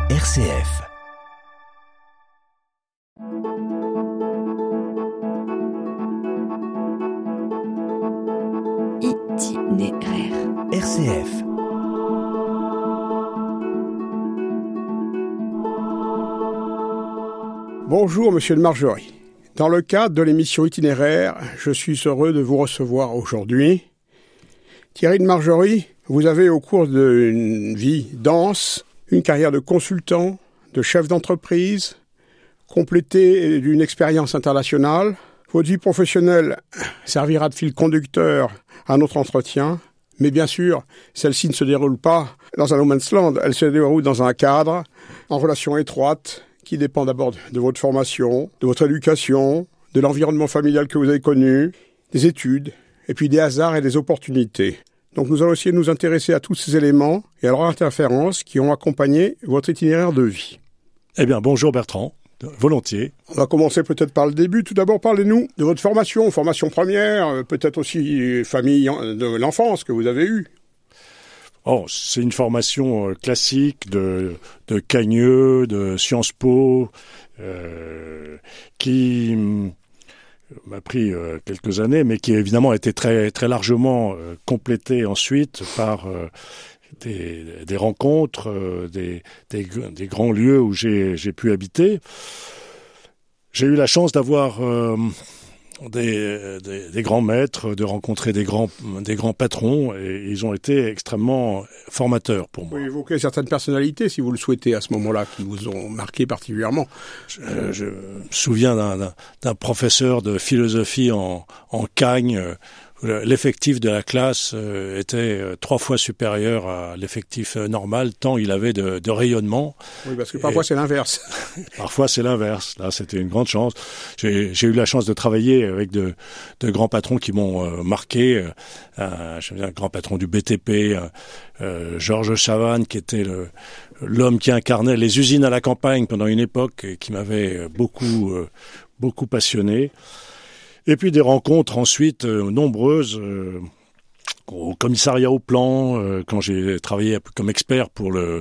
RCF. Itinéraire. RCF. Bonjour Monsieur de Margerie. Dans le cadre de l'émission Itinéraire, je suis heureux de vous recevoir aujourd'hui. Thierry de Margerie, vous avez au cours d'une vie dense, une carrière de consultant, de chef d'entreprise, complétée d'une expérience internationale. Votre vie professionnelle servira de fil conducteur à notre entretien, mais bien sûr, celle-ci ne se déroule pas dans un no man's land, elle se déroule dans un cadre, en relation étroite, qui dépend d'abord de votre formation, de votre éducation, de l'environnement familial que vous avez connu, des études, et puis des hasards et des opportunités. Donc nous allons essayer de nous intéresser à tous ces éléments et à leurs interférences qui ont accompagné votre itinéraire de vie. Eh bien, bonjour Bertrand, volontiers. On va commencer peut-être par le début. Tout d'abord, parlez-nous de votre formation première, peut-être aussi famille de l'enfance que vous avez eue. Oh, c'est une formation classique de Cagneux, de Sciences Po, qui m'a pris quelques années, mais qui évidemment a été très, très largement complétée ensuite par des rencontres, des grands lieux où j'ai pu habiter. J'ai eu la chance d'avoir des grands maîtres, de rencontrer des grands patrons, et ils ont été extrêmement formateurs pour moi. Vous pouvez évoquer certaines personnalités, si vous le souhaitez, à ce moment-là, qui vous ont marqué particulièrement. Je me souviens d'un professeur de philosophie en Cagne. L'effectif de la classe était 3 fois supérieur à l'effectif normal, tant il avait de rayonnement. Oui, parce que parfois c'est l'inverse. Parfois c'est l'inverse. Là, c'était une grande chance. J'ai eu la chance de travailler avec de grands patrons qui m'ont marqué. Je me souviens, un grand patron du BTP, Georges Chavannes, qui était l'homme qui incarnait les usines à la campagne pendant une époque et qui m'avait beaucoup passionné. Et puis des rencontres ensuite nombreuses au commissariat au plan, quand j'ai travaillé comme expert pour le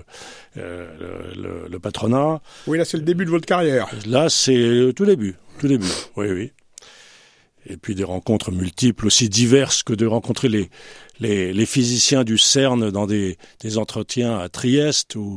patronat. Oui, là c'est le début de votre carrière. Là c'est tout début, oui. Et puis des rencontres multiples, aussi diverses que de rencontrer les physiciens du CERN dans des entretiens à Trieste ou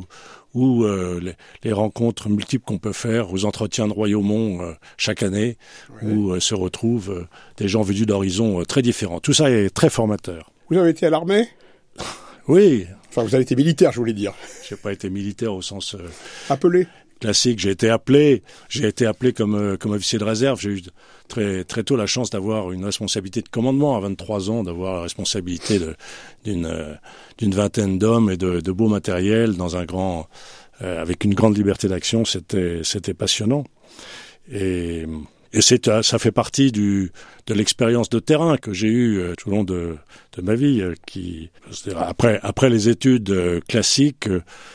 les rencontres multiples qu'on peut faire aux entretiens de Royaumont chaque année, ouais, où se retrouvent des gens venus d'horizons très différents. Tout ça est très formateur. Vous avez été à l'armée ? Oui. Enfin, vous avez été militaire, je voulais dire. J'ai pas été militaire au sens appelé classique. J'ai été appelé comme officier de réserve. J'ai eu très très tôt la chance d'avoir une responsabilité de commandement à 23 ans, d'avoir la responsabilité d'une vingtaine d'hommes et de beau matériel dans un grand avec une grande liberté d'action. C'était passionnant. Et ça fait partie de l'expérience de terrain que j'ai eue tout au long de ma vie. Après les études classiques,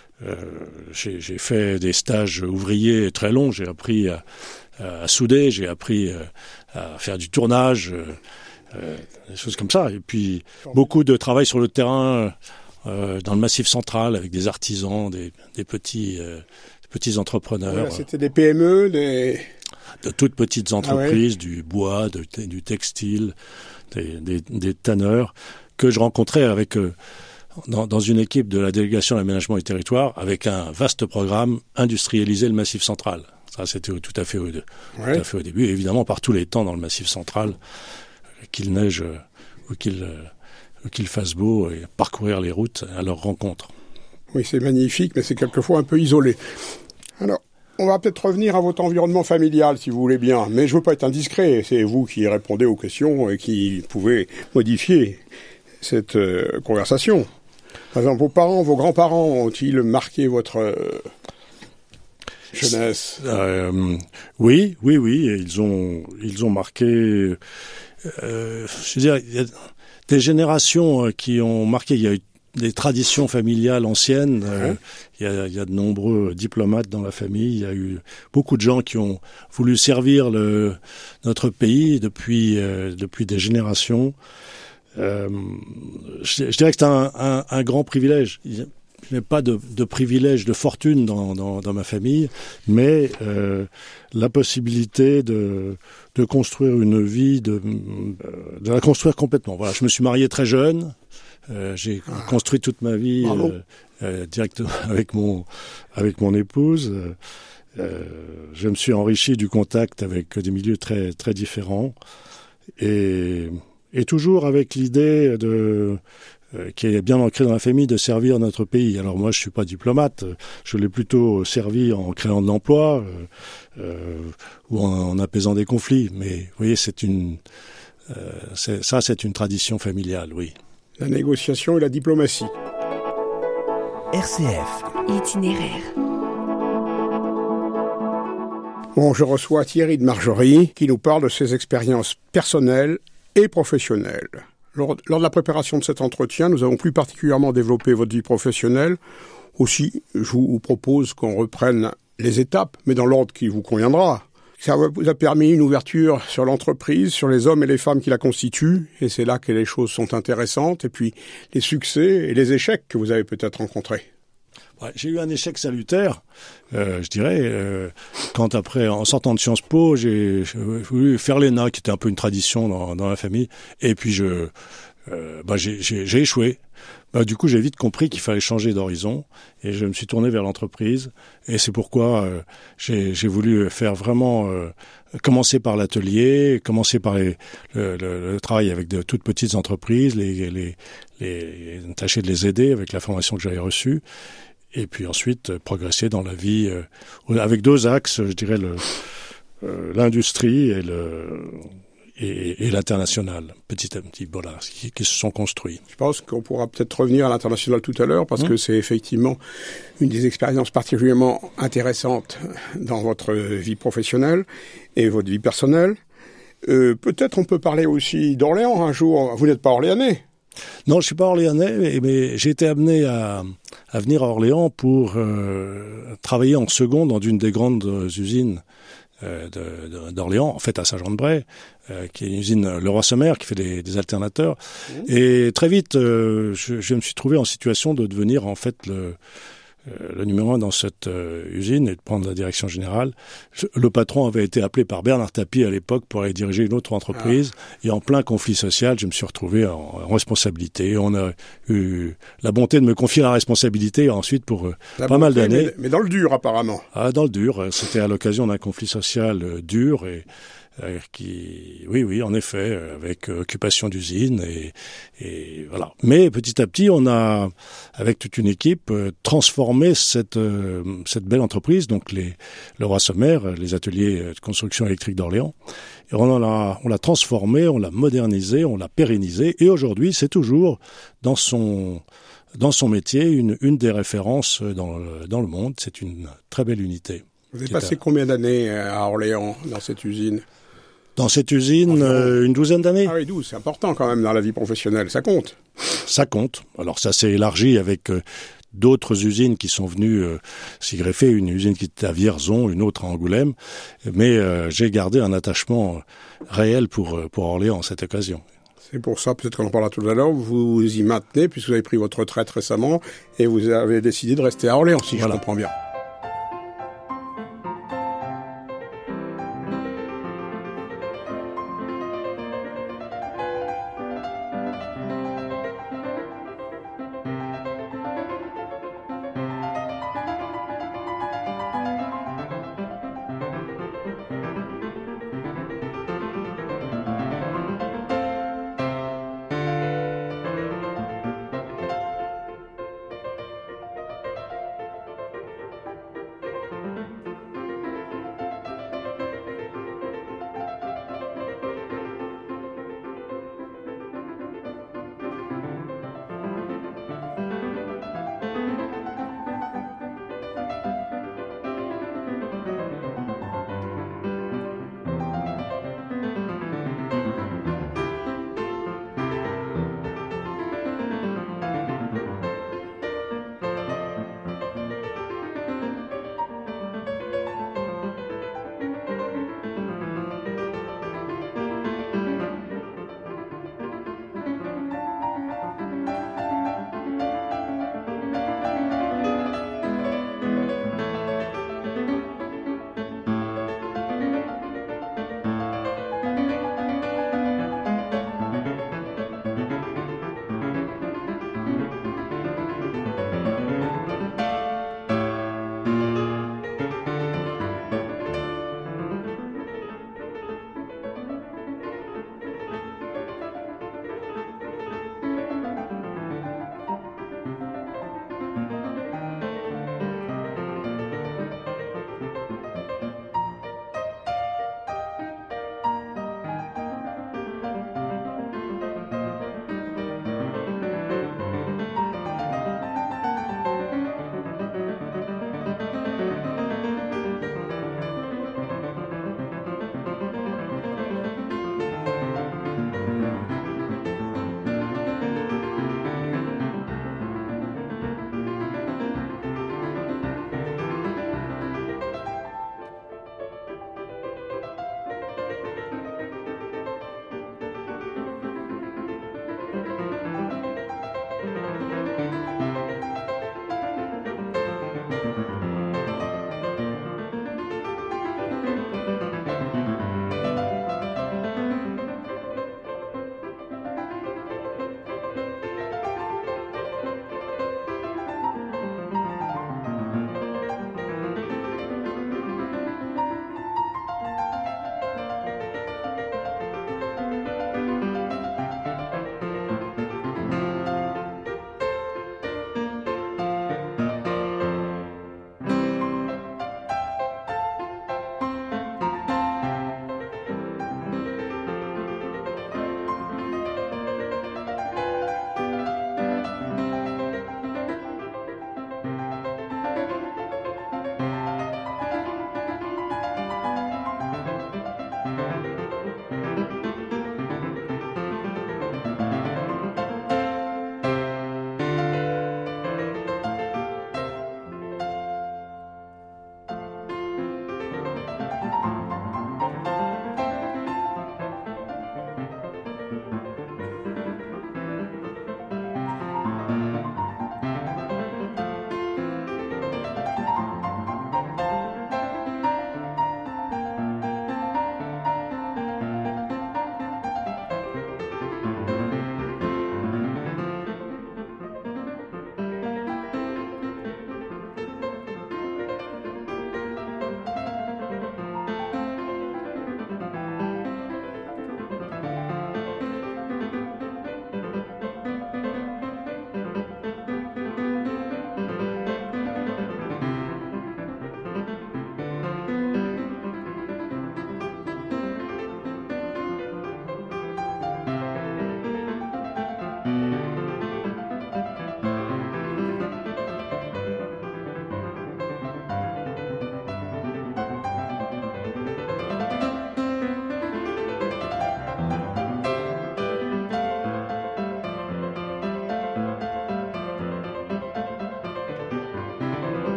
j'ai fait des stages ouvriers très longs. J'ai appris à souder, j'ai appris à faire du tournage, des choses comme ça. Et puis beaucoup de travail sur le terrain dans le Massif central avec des artisans, des petits entrepreneurs. Voilà, c'était des PME, de toutes petites entreprises, du bois, du textile, des tanneurs, que je rencontrais avec dans une équipe de la délégation à l'aménagement du territoire, avec un vaste programme industrialiser le Massif central. Ça, c'était tout à fait au début. Et évidemment, par tous les temps dans le Massif central, qu'il neige ou qu'il fasse beau, et parcourir les routes à leur rencontre. Oui, c'est magnifique, mais c'est quelquefois un peu isolé. Alors, on va peut-être revenir à votre environnement familial, si vous voulez bien. Mais je ne veux pas être indiscret. C'est vous qui répondez aux questions et qui pouvez modifier cette conversation. Par exemple, vos parents, vos grands-parents ont-ils marqué votre jeunesse ? Oui. Ils ont marqué. Je veux dire, il y a des générations qui ont marqué. Il y a eu des traditions familiales anciennes. Il y a de nombreux diplomates dans la famille. Il y a eu beaucoup de gens qui ont voulu servir notre pays depuis des générations. Je dirais que c'est un grand privilège. n'ai pas de privilège, de fortune dans ma famille, mais la possibilité de construire une vie, de la construire complètement. Voilà, je me suis marié très jeune. J'ai construit toute ma vie directement avec mon épouse. Je me suis enrichi du contact avec des milieux très très différents et toujours avec l'idée qui est bien ancrée dans la famille de servir notre pays. Alors moi, je suis pas diplomate, je l'ai plutôt servi en créant de l'emploi ou en apaisant des conflits. Mais vous voyez, c'est une tradition familiale, oui. La négociation et la diplomatie. RCF. Itinéraire. Bon, je reçois Thierry de Margerie qui nous parle de ses expériences personnelles et professionnelles. Lors de la préparation de cet entretien, nous avons plus particulièrement développé votre vie professionnelle. Aussi, je vous propose qu'on reprenne les étapes, mais dans l'ordre qui vous conviendra. Ça vous a permis une ouverture sur l'entreprise, sur les hommes et les femmes qui la constituent, et c'est là que les choses sont intéressantes, et puis les succès et les échecs que vous avez peut-être rencontrés. Ouais, j'ai eu un échec salutaire, je dirais, quand après, en sortant de Sciences Po, j'ai voulu faire l'ENA, qui était un peu une tradition dans la famille, et puis j'ai échoué. Du coup, j'ai vite compris qu'il fallait changer d'horizon, et je me suis tourné vers l'entreprise, et c'est pourquoi j'ai voulu faire vraiment, commencer par l'atelier, commencer par le travail avec de toutes petites entreprises, tâcher de les aider avec la formation que j'avais reçue, et puis ensuite progresser dans la vie avec deux axes, je dirais l'industrie et l'international, petit à petit, voilà, qui se sont construits. Je pense qu'on pourra peut-être revenir à l'international tout à l'heure, parce que c'est effectivement une des expériences particulièrement intéressantes dans votre vie professionnelle et votre vie personnelle. Peut-être on peut parler aussi d'Orléans un jour. Vous n'êtes pas orléanais? Non, je suis pas orléanais, mais j'ai été amené à venir à Orléans pour travailler en second dans une des grandes usines d'Orléans, en fait à Saint-Jean-de-Bray, qui est une usine Leroy-Somer qui fait des alternateurs. Et très vite, je me suis trouvé en situation de devenir en fait le numéro 1 dans cette usine et de prendre la direction générale. Le patron avait été appelé par Bernard Tapie à l'époque pour aller diriger une autre entreprise. Et en plein conflit social, je me suis retrouvé en responsabilité. On a eu la bonté de me confier la responsabilité ensuite pour pas mal d'années. Mais dans le dur, apparemment. Ah, dans le dur. C'était à l'occasion d'un conflit social dur et oui, en effet, avec occupation d'usine et voilà. Mais petit à petit, on a, avec toute une équipe, transformé cette belle entreprise, donc Leroy-Somer, les ateliers de construction électrique d'Orléans. Et on l'a transformé, on l'a modernisé, on l'a pérennisé, et aujourd'hui, c'est toujours dans son métier une des références dans le monde. C'est une très belle unité. Vous avez passé combien d'années à Orléans dans cette usine? Dans cette usine, une douzaine d'années. Ah oui, 12, c'est important quand même dans la vie professionnelle, ça compte. Ça compte. Alors ça s'est élargi avec d'autres usines qui sont venues s'y greffer, une usine qui était à Vierzon, une autre à Angoulême, mais j'ai gardé un attachement réel pour Orléans à cette occasion. C'est pour ça, peut-être qu'on en parlera tout à l'heure, vous y maintenez, puisque vous avez pris votre retraite récemment, et vous avez décidé de rester à Orléans, si je comprends bien.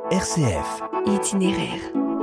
RCF. Itinéraire.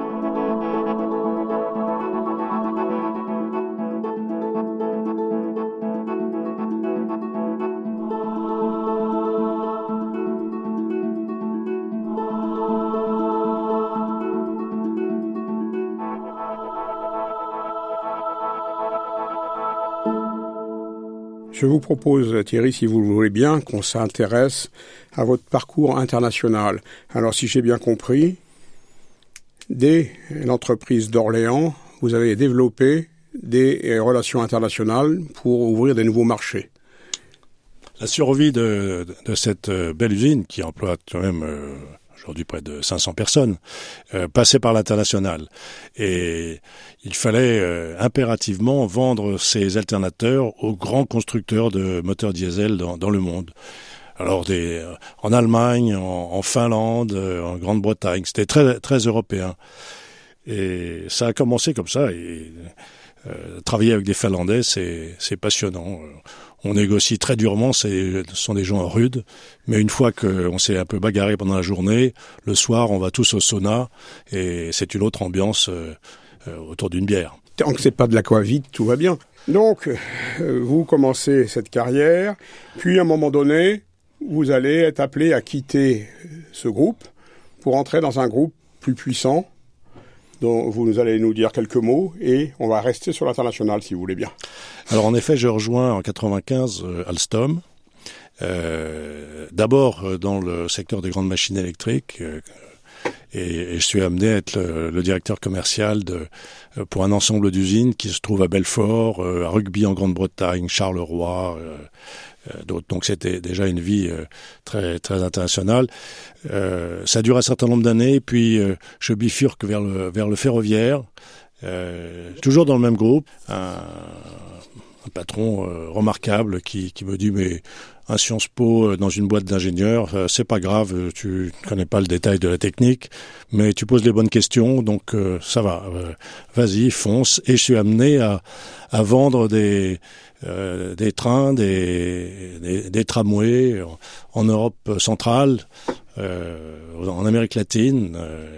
Je vous propose, Thierry, si vous le voulez bien, qu'on s'intéresse à votre parcours international. Alors, si j'ai bien compris, dès l'entreprise d'Orléans, vous avez développé des relations internationales pour ouvrir des nouveaux marchés. La survie de cette belle usine, qui emploie quand même aujourd'hui près de 500 personnes, passait par l'international. Et il fallait impérativement vendre ces alternateurs aux grands constructeurs de moteurs diesel dans le monde. Alors en Allemagne, en Finlande, en Grande-Bretagne, c'était très, très européen. Et ça a commencé comme ça. Et travailler avec des Finlandais, c'est passionnant. On négocie très durement, ce sont des gens rudes, mais une fois qu'on s'est un peu bagarré pendant la journée, le soir, on va tous au sauna, et c'est une autre ambiance autour d'une bière. Tant que c'est pas de l'aquavite, tout va bien. Donc, vous commencez cette carrière, puis à un moment donné, vous allez être appelé à quitter ce groupe pour entrer dans un groupe plus puissant, dont vous allez nous dire quelques mots, et on va rester sur l'international, si vous voulez bien. Alors, en effet, je rejoins en 95 Alstom, d'abord dans le secteur des grandes machines électriques, et je suis amené à être le directeur commercial pour un ensemble d'usines qui se trouvent à Belfort, à Rugby en Grande-Bretagne, Charleroi, d'autres. Donc c'était déjà une vie très très internationale. Ça dure un certain nombre d'années, puis je bifurque vers le ferroviaire, toujours dans le même groupe. Un patron remarquable qui me dit mais un Sciences Po dans une boîte d'ingénieurs, c'est pas grave, tu ne connais pas le détail de la technique, mais tu poses les bonnes questions, donc ça va, vas-y, fonce. Et je suis amené à vendre des trains, des tramways en Europe centrale, en Amérique latine.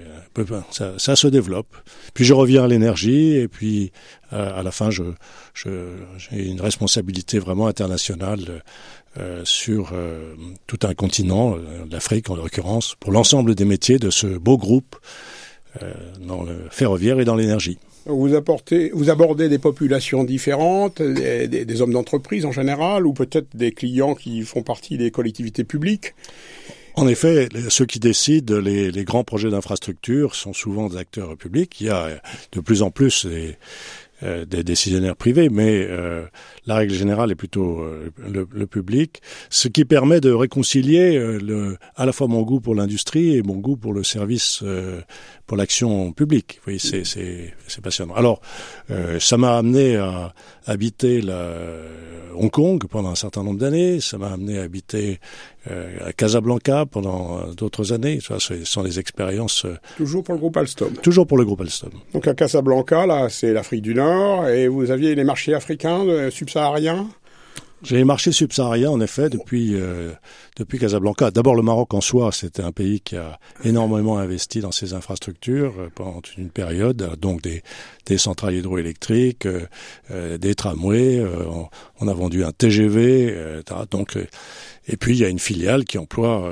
Ça se développe. Puis je reviens à l'énergie, et puis à la fin, j'ai une responsabilité vraiment internationale sur tout un continent, l'Afrique en l'occurrence, pour l'ensemble des métiers de ce beau groupe dans le ferroviaire et dans l'énergie. Vous abordez des populations différentes, des hommes d'entreprise en général, ou peut-être des clients qui font partie des collectivités publiques. En effet, ceux qui décident les grands projets d'infrastructure sont souvent des acteurs publics. Il y a de plus en plus des décisionnaires privés, mais la règle générale est plutôt le public, ce qui permet de réconcilier à la fois mon goût pour l'industrie et mon goût pour le service, pour l'action publique. Oui, c'est passionnant. Alors, ça m'a amené à habiter Hong Kong pendant un certain nombre d'années, ça m'a amené à habiter à Casablanca pendant d'autres années. Ça, ce sont des expériences... Toujours pour le groupe Alstom. Toujours pour le groupe Alstom. Donc à Casablanca, là, c'est l'Afrique du Nord, et vous aviez les marchés africains, subsahariens. J'ai les marchés subsahariens, en effet, depuis Casablanca. D'abord, le Maroc en soi, c'était un pays qui a énormément investi dans ses infrastructures pendant une période, donc des centrales hydroélectriques, des tramways, on a vendu un TGV, donc... Et puis il y a une filiale qui emploie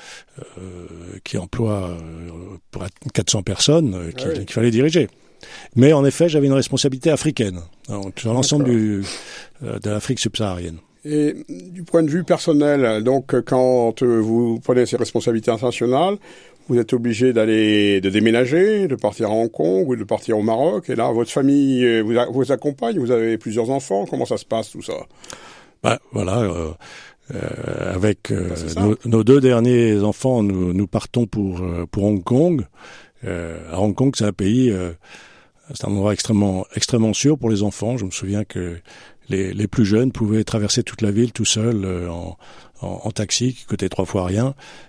pour 400 personnes qu'il fallait diriger. Mais en effet, j'avais une responsabilité africaine, sur l'ensemble de l'Afrique subsaharienne. Et du point de vue personnel, donc quand vous prenez ces responsabilités internationales, vous êtes obligé de déménager, de partir à Hong Kong ou de partir au Maroc. Et là, votre famille vous accompagne, vous avez plusieurs enfants. Comment ça se passe tout ça ? Avec nos deux derniers enfants, nous partons pour Hong Kong. À Hong Kong, c'est un pays, c'est un endroit extrêmement sûr pour les enfants. Je me souviens que les plus jeunes pouvaient traverser toute la ville tout seuls en taxi, qui coûtait 3 fois rien,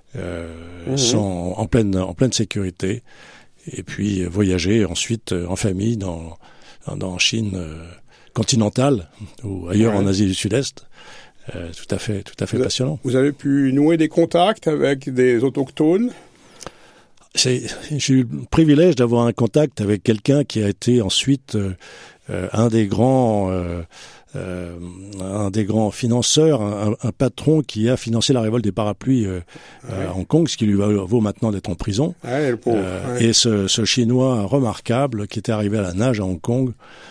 en pleine sécurité. Et puis voyager ensuite en famille dans Chine continentale ou ailleurs en Asie du Sud-Est. Tout à fait passionnant. Vous avez pu nouer des contacts avec des autochtones ? J'ai eu le privilège d'avoir un contact avec quelqu'un qui a été ensuite un des grands financeurs, un patron qui a financé la révolte des parapluies à Hong Kong, ce qui lui vaut maintenant d'être en prison. Le pauvre, Et ce Chinois remarquable qui était arrivé à la nage à Hong Kong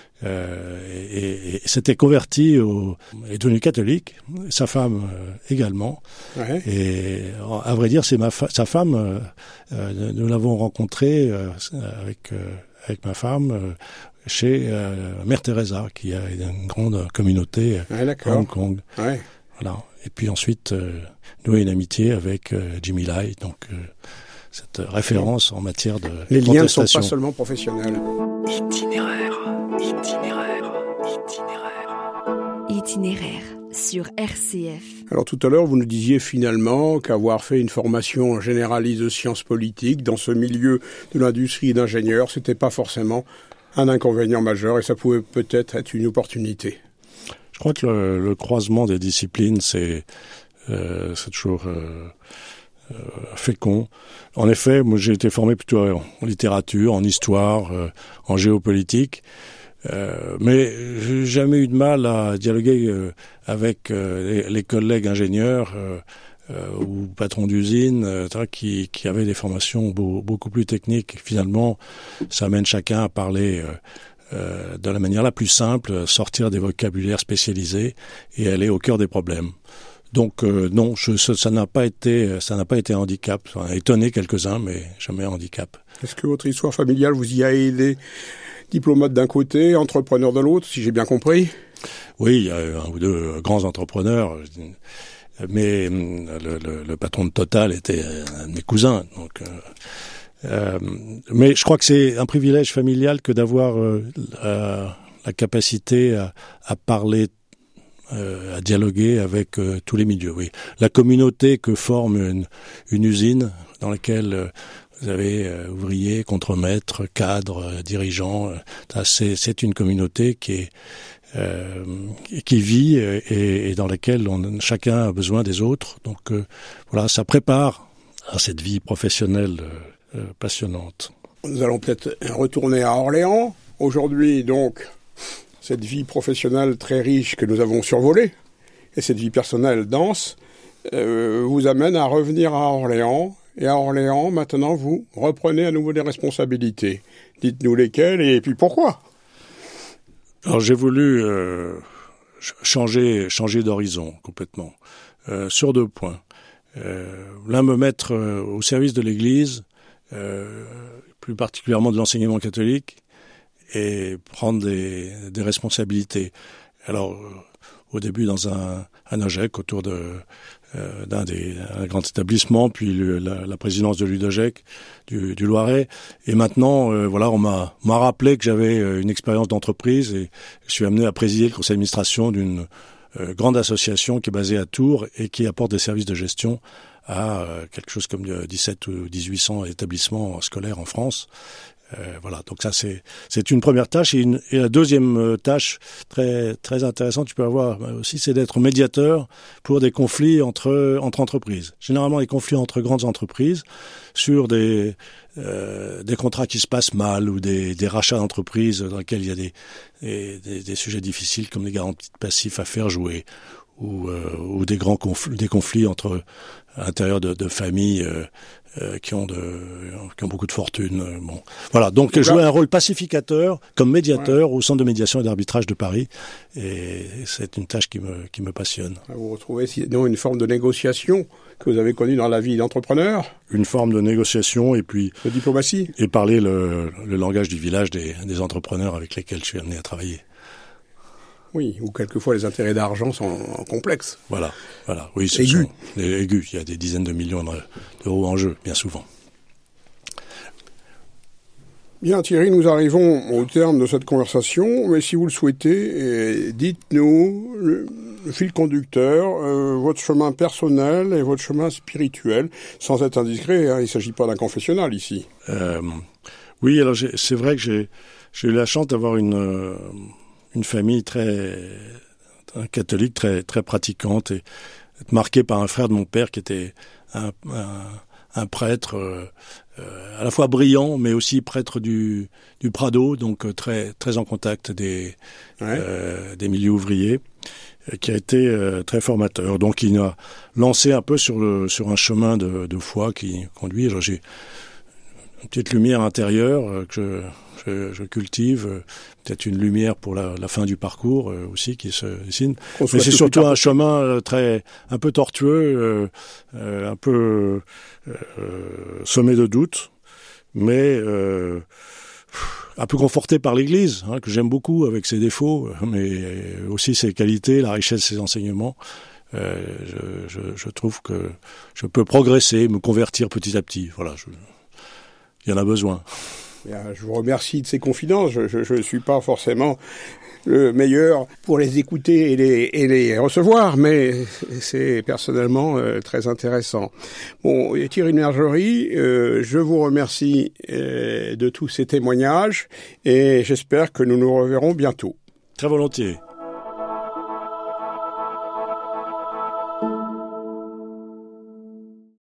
et s'était converti est devenu catholique, sa femme également. Et à vrai dire, c'est sa femme. Nous l'avons rencontrée avec ma femme chez Mère Teresa, qui a une grande communauté à Hong Kong. Voilà. Et puis ensuite, noué une amitié avec Jimmy Lai, donc cette référence en matière de Les liens ne sont protestation. pas seulement professionnels. Itinéraire sur RCF. Alors tout à l'heure, vous nous disiez finalement qu'avoir fait une formation généraliste de sciences politiques dans ce milieu de l'industrie et d'ingénieurs, c'était pas forcément un inconvénient majeur et ça pouvait peut-être être une opportunité. Je crois que le croisement des disciplines, c'est toujours fécond. En effet, moi j'ai été formé plutôt en littérature, en histoire, en géopolitique. Mais j'ai jamais eu de mal à dialoguer avec les collègues ingénieurs ou patrons d'usines qui avaient des formations beaucoup plus techniques. Finalement, ça amène chacun à parler de la manière la plus simple, sortir des vocabulaires spécialisés et aller au cœur des problèmes. Donc non, ça n'a pas été un handicap. Ça a étonné quelques-uns, mais jamais un handicap. Est-ce que votre histoire familiale vous y a aidé? Diplomate d'un côté, entrepreneur de l'autre, si j'ai bien compris. Oui, il y a un ou deux grands entrepreneurs, mais le patron de Total était un de mes cousins. Donc, mais je crois que c'est un privilège familial que d'avoir la capacité à parler, à dialoguer avec tous les milieux. Oui, la communauté que forme une usine dans laquelle vous avez ouvriers, contremaîtres, cadres, dirigeants. C'est une communauté qui vit et dans laquelle chacun a besoin des autres. Donc voilà, ça prépare à cette vie professionnelle passionnante. Nous allons peut-être retourner à Orléans. Aujourd'hui, donc, cette vie professionnelle très riche que nous avons survolée et cette vie personnelle dense vous amène à revenir à Orléans. Et à Orléans, maintenant, vous reprenez à nouveau des responsabilités. Dites-nous lesquelles et puis pourquoi. Alors j'ai voulu changer d'horizon complètement, sur deux points. L'un, me mettre au service de l'Église, plus particulièrement de l'enseignement catholique, et prendre des responsabilités. Alors, au début dans un OGEC autour d'un grand établissement, puis la présidence de l'UDOGEC du Loiret. Et maintenant, voilà, on m'a rappelé que j'avais une expérience d'entreprise et je suis amené à présider le conseil d'administration d'une grande association qui est basée à Tours et qui apporte des services de gestion à quelque chose comme 17 ou 1800 établissements scolaires en France. Voilà, donc ça c'est une première tâche et la deuxième tâche très très intéressante tu peux avoir aussi, c'est d'être médiateur pour des conflits entre entreprises. Généralement des conflits entre grandes entreprises sur des contrats qui se passent mal ou des rachats d'entreprises dans lesquels il y a des sujets difficiles comme les garanties de passifs à faire jouer ou des grands conflits entre à l'intérieur de familles qui ont beaucoup de fortune. Bon, voilà. Donc jouer un rôle pacificateur comme médiateur au centre de médiation et d'arbitrage de Paris, et c'est une tâche qui me passionne. Vous retrouvez sinon une forme de négociation que vous avez connue dans la vie d'entrepreneur. Une forme de négociation et puis de diplomatie. Et parler le langage du village des entrepreneurs avec lesquels je suis amené à travailler. Oui, ou quelquefois les intérêts d'argent sont complexes. Voilà. Oui, aigus. Aigus. Il y a des dizaines de millions d'euros en jeu, bien souvent. Bien, Thierry, nous arrivons au terme de cette conversation, mais si vous le souhaitez, dites-nous le fil conducteur, votre chemin personnel et votre chemin spirituel, sans être indiscret, hein, il ne s'agit pas d'un confessionnal ici. Oui, alors c'est vrai que j'ai eu la chance d'avoir une famille très catholique, très très pratiquante, et être marqué par un frère de mon père qui était un un prêtre à la fois brillant, mais aussi prêtre du Prado, donc très très en contact des milieux ouvriers, qui a été très formateur. Donc il m'a lancé un peu sur un chemin de foi qui conduit. Alors, j'ai une petite lumière intérieure que je cultive, peut-être une lumière pour la fin du parcours aussi qui se dessine. Mais c'est surtout un chemin un peu tortueux, un peu semé de doutes, mais un peu conforté par l'Église, que j'aime beaucoup avec ses défauts, mais aussi ses qualités, la richesse de ses enseignements. Je trouve que je peux progresser, me convertir petit à petit. Voilà, il y en a besoin. Je vous remercie de ces confidences. Je ne suis pas forcément le meilleur pour les écouter et les recevoir, mais c'est personnellement très intéressant. Bon, Thierry de Margerie, je vous remercie de tous ces témoignages et j'espère que nous nous reverrons bientôt. Très volontiers.